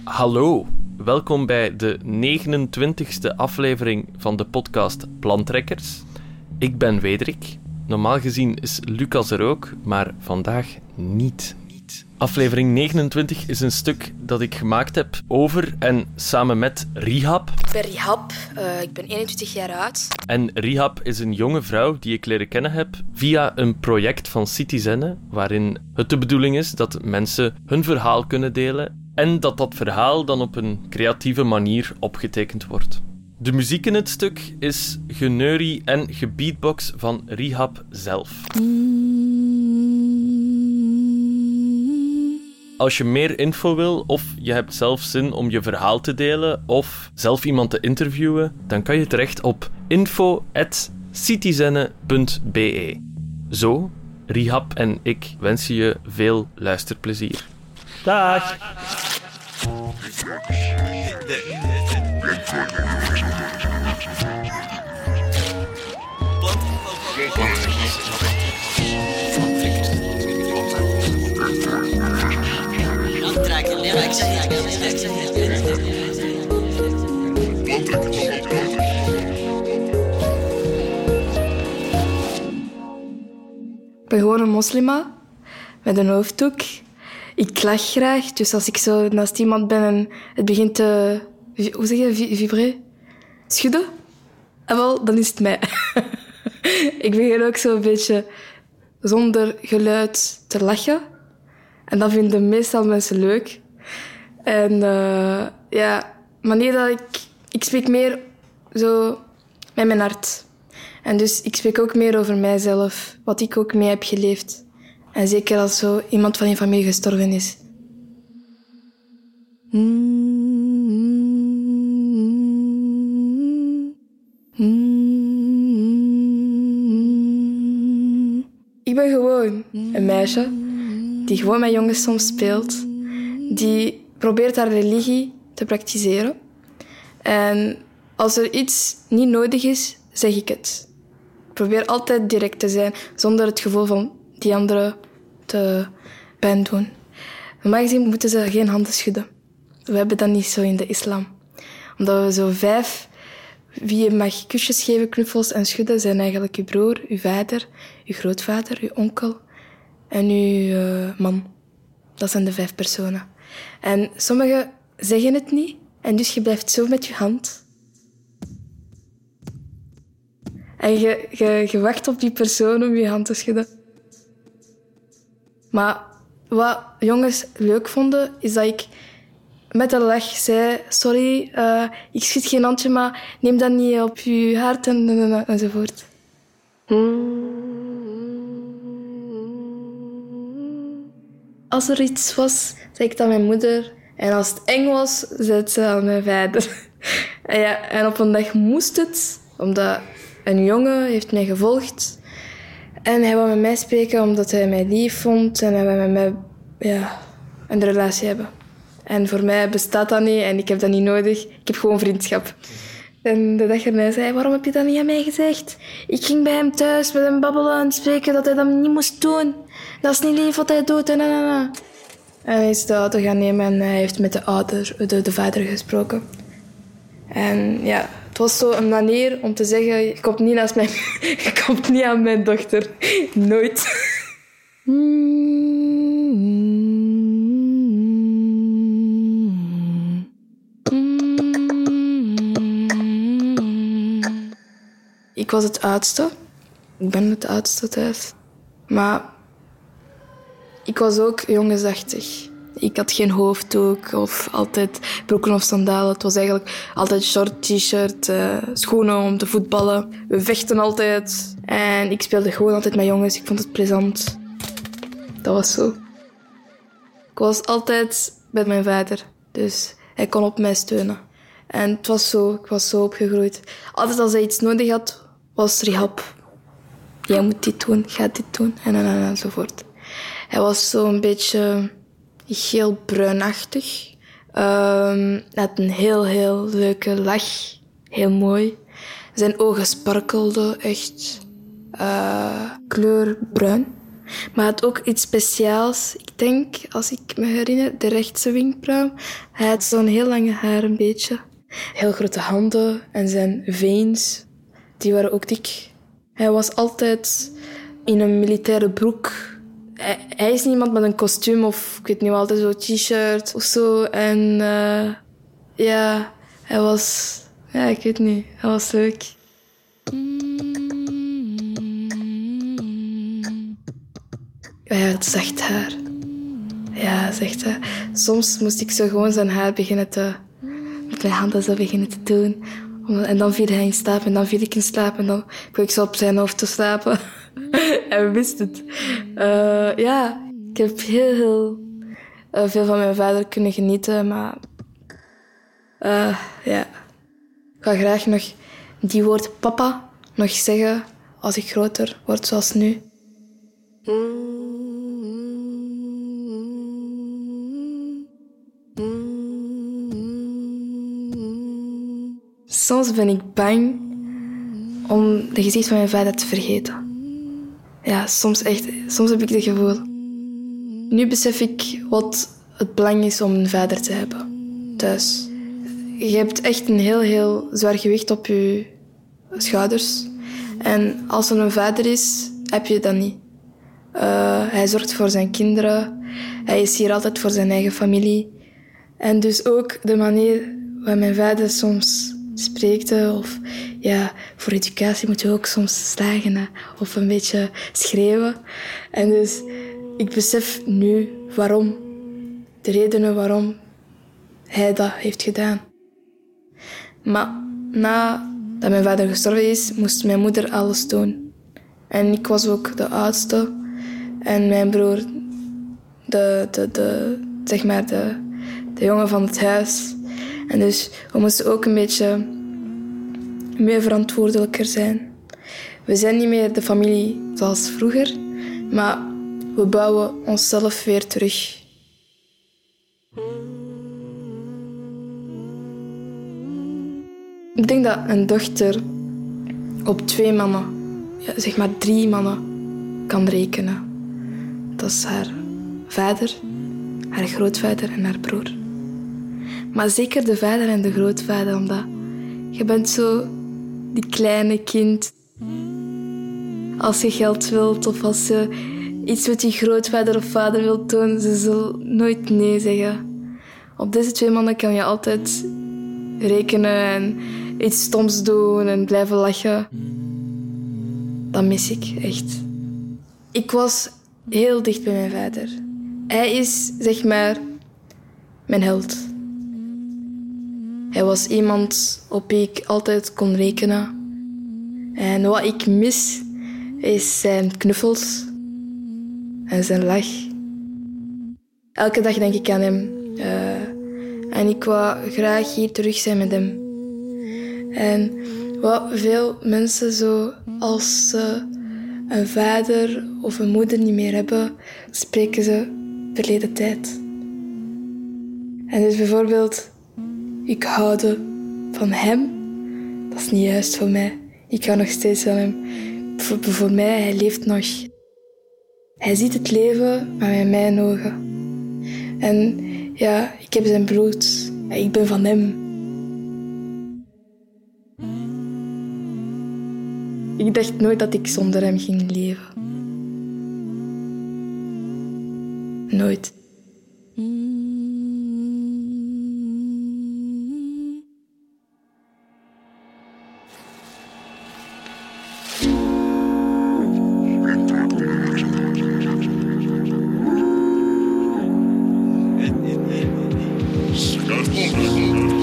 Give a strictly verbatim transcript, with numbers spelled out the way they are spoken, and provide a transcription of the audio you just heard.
Hallo, welkom bij de negenentwintigste aflevering van de podcast Plantrekkers. Ik ben Wederik. Normaal gezien is Lucas er ook, maar vandaag niet. Aflevering negenentwintig is een stuk dat ik gemaakt heb over en samen met Rihab. Ik ben Rihab, uh, ik ben eenentwintig jaar oud. En Rihab is een jonge vrouw die ik leren kennen heb via een project van Citizen, waarin het de bedoeling is dat mensen hun verhaal kunnen delen en dat dat verhaal dan op een creatieve manier opgetekend wordt. De muziek in het stuk is geneurie en gebeatbox van Rihab zelf. Als je meer info wil, of je hebt zelf zin om je verhaal te delen, of zelf iemand te interviewen, dan kan je terecht op info at citizenne punt be. Zo, Rihab en ik wensen je veel luisterplezier. Dag! Ik ben gewoon een moslima met een hoofddoek. Ik lach graag, dus als ik zo naast iemand ben en het begint te... Hoe zeg je? Vibreren? Schudden? En wel, dan is het mij. Ik begin ook zo een beetje zonder geluid te lachen. En dat vinden meestal mensen leuk. En uh, ja, wanneer dat ik... Ik spreek meer zo met mijn hart. En dus ik spreek ook meer over mijzelf, wat ik ook mee heb geleefd. En zeker als zo iemand van je familie gestorven is. Ik ben gewoon een meisje die gewoon met jongens soms speelt. Die probeert haar religie te praktiseren. En als er iets niet nodig is, zeg ik het. Ik probeer altijd direct te zijn, zonder het gevoel van die anderen te pijn doen. Normaal gezien moeten ze geen handen schudden. We hebben dat niet zo in de islam. Omdat we zo vijf... Wie je mag kusjes geven, knuffels en schudden, zijn eigenlijk uw broer, uw vader, uw grootvader, uw onkel en uw uh, man. Dat zijn de vijf personen. En sommigen zeggen het niet, en dus je blijft zo met je hand. En je, je, je wacht op die persoon om je hand te schudden. Maar wat jongens leuk vonden, is dat ik met een lach zei... Sorry, uh, ik schud geen handje, maar neem dat niet op je hart en, en, en, enzovoort. Als er iets was, zei ik dat aan mijn moeder. En als het eng was, zei het ze aan mijn vader. En, ja, en op een dag moest het, omdat een jongen heeft mij gevolgd. En hij wou met mij spreken omdat hij mij lief vond. En hij wou met mij ja, een relatie hebben. En voor mij bestaat dat niet en ik heb dat niet nodig. Ik heb gewoon vriendschap. En de dag erna zei hij, waarom heb je dat niet aan mij gezegd? Ik ging bij hem thuis met hem babbelen en spreken dat hij dat niet moest doen. Dat is niet lief wat hij doet. En, en, en. en hij is de auto gaan nemen en hij heeft met de, ouder, de, de vader gesproken. En ja, het was zo een manier om te zeggen, je komt niet, naast mijn, je komt niet aan mijn dochter. Nooit. Ik was het oudste. Ik ben het oudste thuis. Maar ik was ook jongensachtig. Ik had geen hoofddoek of altijd broeken of sandalen. Het was eigenlijk altijd short t-shirt, uh, schoenen om te voetballen. We vechten altijd. En ik speelde gewoon altijd met jongens. Ik vond het plezant. Dat was zo. Ik was altijd bij mijn vader. Dus hij kon op mij steunen. En het was zo. Ik was zo opgegroeid. Altijd als hij iets nodig had, was Rihab. Jij moet dit doen, ga dit doen. En, en, en enzovoort. Hij was zo een beetje geel-bruinachtig. Um, hij had een heel, heel leuke lach. Heel mooi. Zijn ogen sparkelden echt. Uh, kleur bruin. Maar hij had ook iets speciaals. Ik denk, als ik me herinner, de rechtse wenkbrauw. Hij had zo'n heel lange haar, een beetje. Heel grote handen en zijn veins, die waren ook dik. Hij was altijd in een militaire broek. Hij, hij is niemand met een kostuum of, ik weet niet, altijd zo'n t-shirt of zo. En uh, ja, hij was... Ja, ik weet niet. Hij was leuk. Hij had zacht haar. Ja, zacht haar. Soms moest ik zo gewoon zijn haar beginnen te... met mijn handen zo beginnen te doen. En dan viel hij in slaap en dan viel ik in slaap en dan kon ik zo op zijn hoofd te slapen. En we wisten het. Uh, ja, ik heb heel, heel uh, veel van mijn vader kunnen genieten, maar... Uh, ja. Ik ga graag nog die woord papa nog zeggen als ik groter word zoals nu. Soms ben ik bang om de gezicht van mijn vader te vergeten. Ja, soms echt. Soms heb ik dat gevoel. Nu besef ik wat het belang is om een vader te hebben. Thuis. Je hebt echt een heel, heel zwaar gewicht op je schouders. En als er een vader is, heb je dat niet. Uh, hij zorgt voor zijn kinderen. Hij is hier altijd voor zijn eigen familie. En dus ook de manier waarop mijn vader soms spreekte. Of ja, voor educatie moet je ook soms slagen. Hè, of een beetje schreeuwen. En dus ik besef nu waarom. De redenen waarom hij dat heeft gedaan. Maar nadat mijn vader gestorven is, moest mijn moeder alles doen. En ik was ook de oudste. En mijn broer, de, de, de, zeg maar de, de jongen van het huis. En dus we moesten ook een beetje meer verantwoordelijker zijn. We zijn niet meer de familie zoals vroeger, maar we bouwen onszelf weer terug. Ik denk dat een dochter op twee mannen, ja, zeg maar drie mannen, kan rekenen. Dat is haar vader, haar grootvader en haar broer. Maar zeker de vader en de grootvader, omdat je bent zo die kleine kind. Als je geld wilt of als je iets met je grootvader of vader wilt doen, ze zullen nooit nee zeggen. Op deze twee mannen kan je altijd rekenen en iets stoms doen en blijven lachen. Dat mis ik echt. Ik was heel dicht bij mijn vader. Hij is, zeg maar, mijn held. Hij was iemand op wie ik altijd kon rekenen. En wat ik mis, is zijn knuffels en zijn lach. Elke dag denk ik aan hem. Uh, en ik wou graag hier terug zijn met hem. En wat veel mensen zo, als ze een vader of een moeder niet meer hebben, spreken ze verleden tijd. En dus bijvoorbeeld, ik houde van hem. Dat is niet juist voor mij. Ik hou nog steeds van hem. Voor, voor mij, hij leeft nog. Hij ziet het leven, maar met mijn ogen. En ja, ik heb zijn bloed. Ik ben van hem. Ik dacht nooit dat ik zonder hem ging leven. Nooit. That's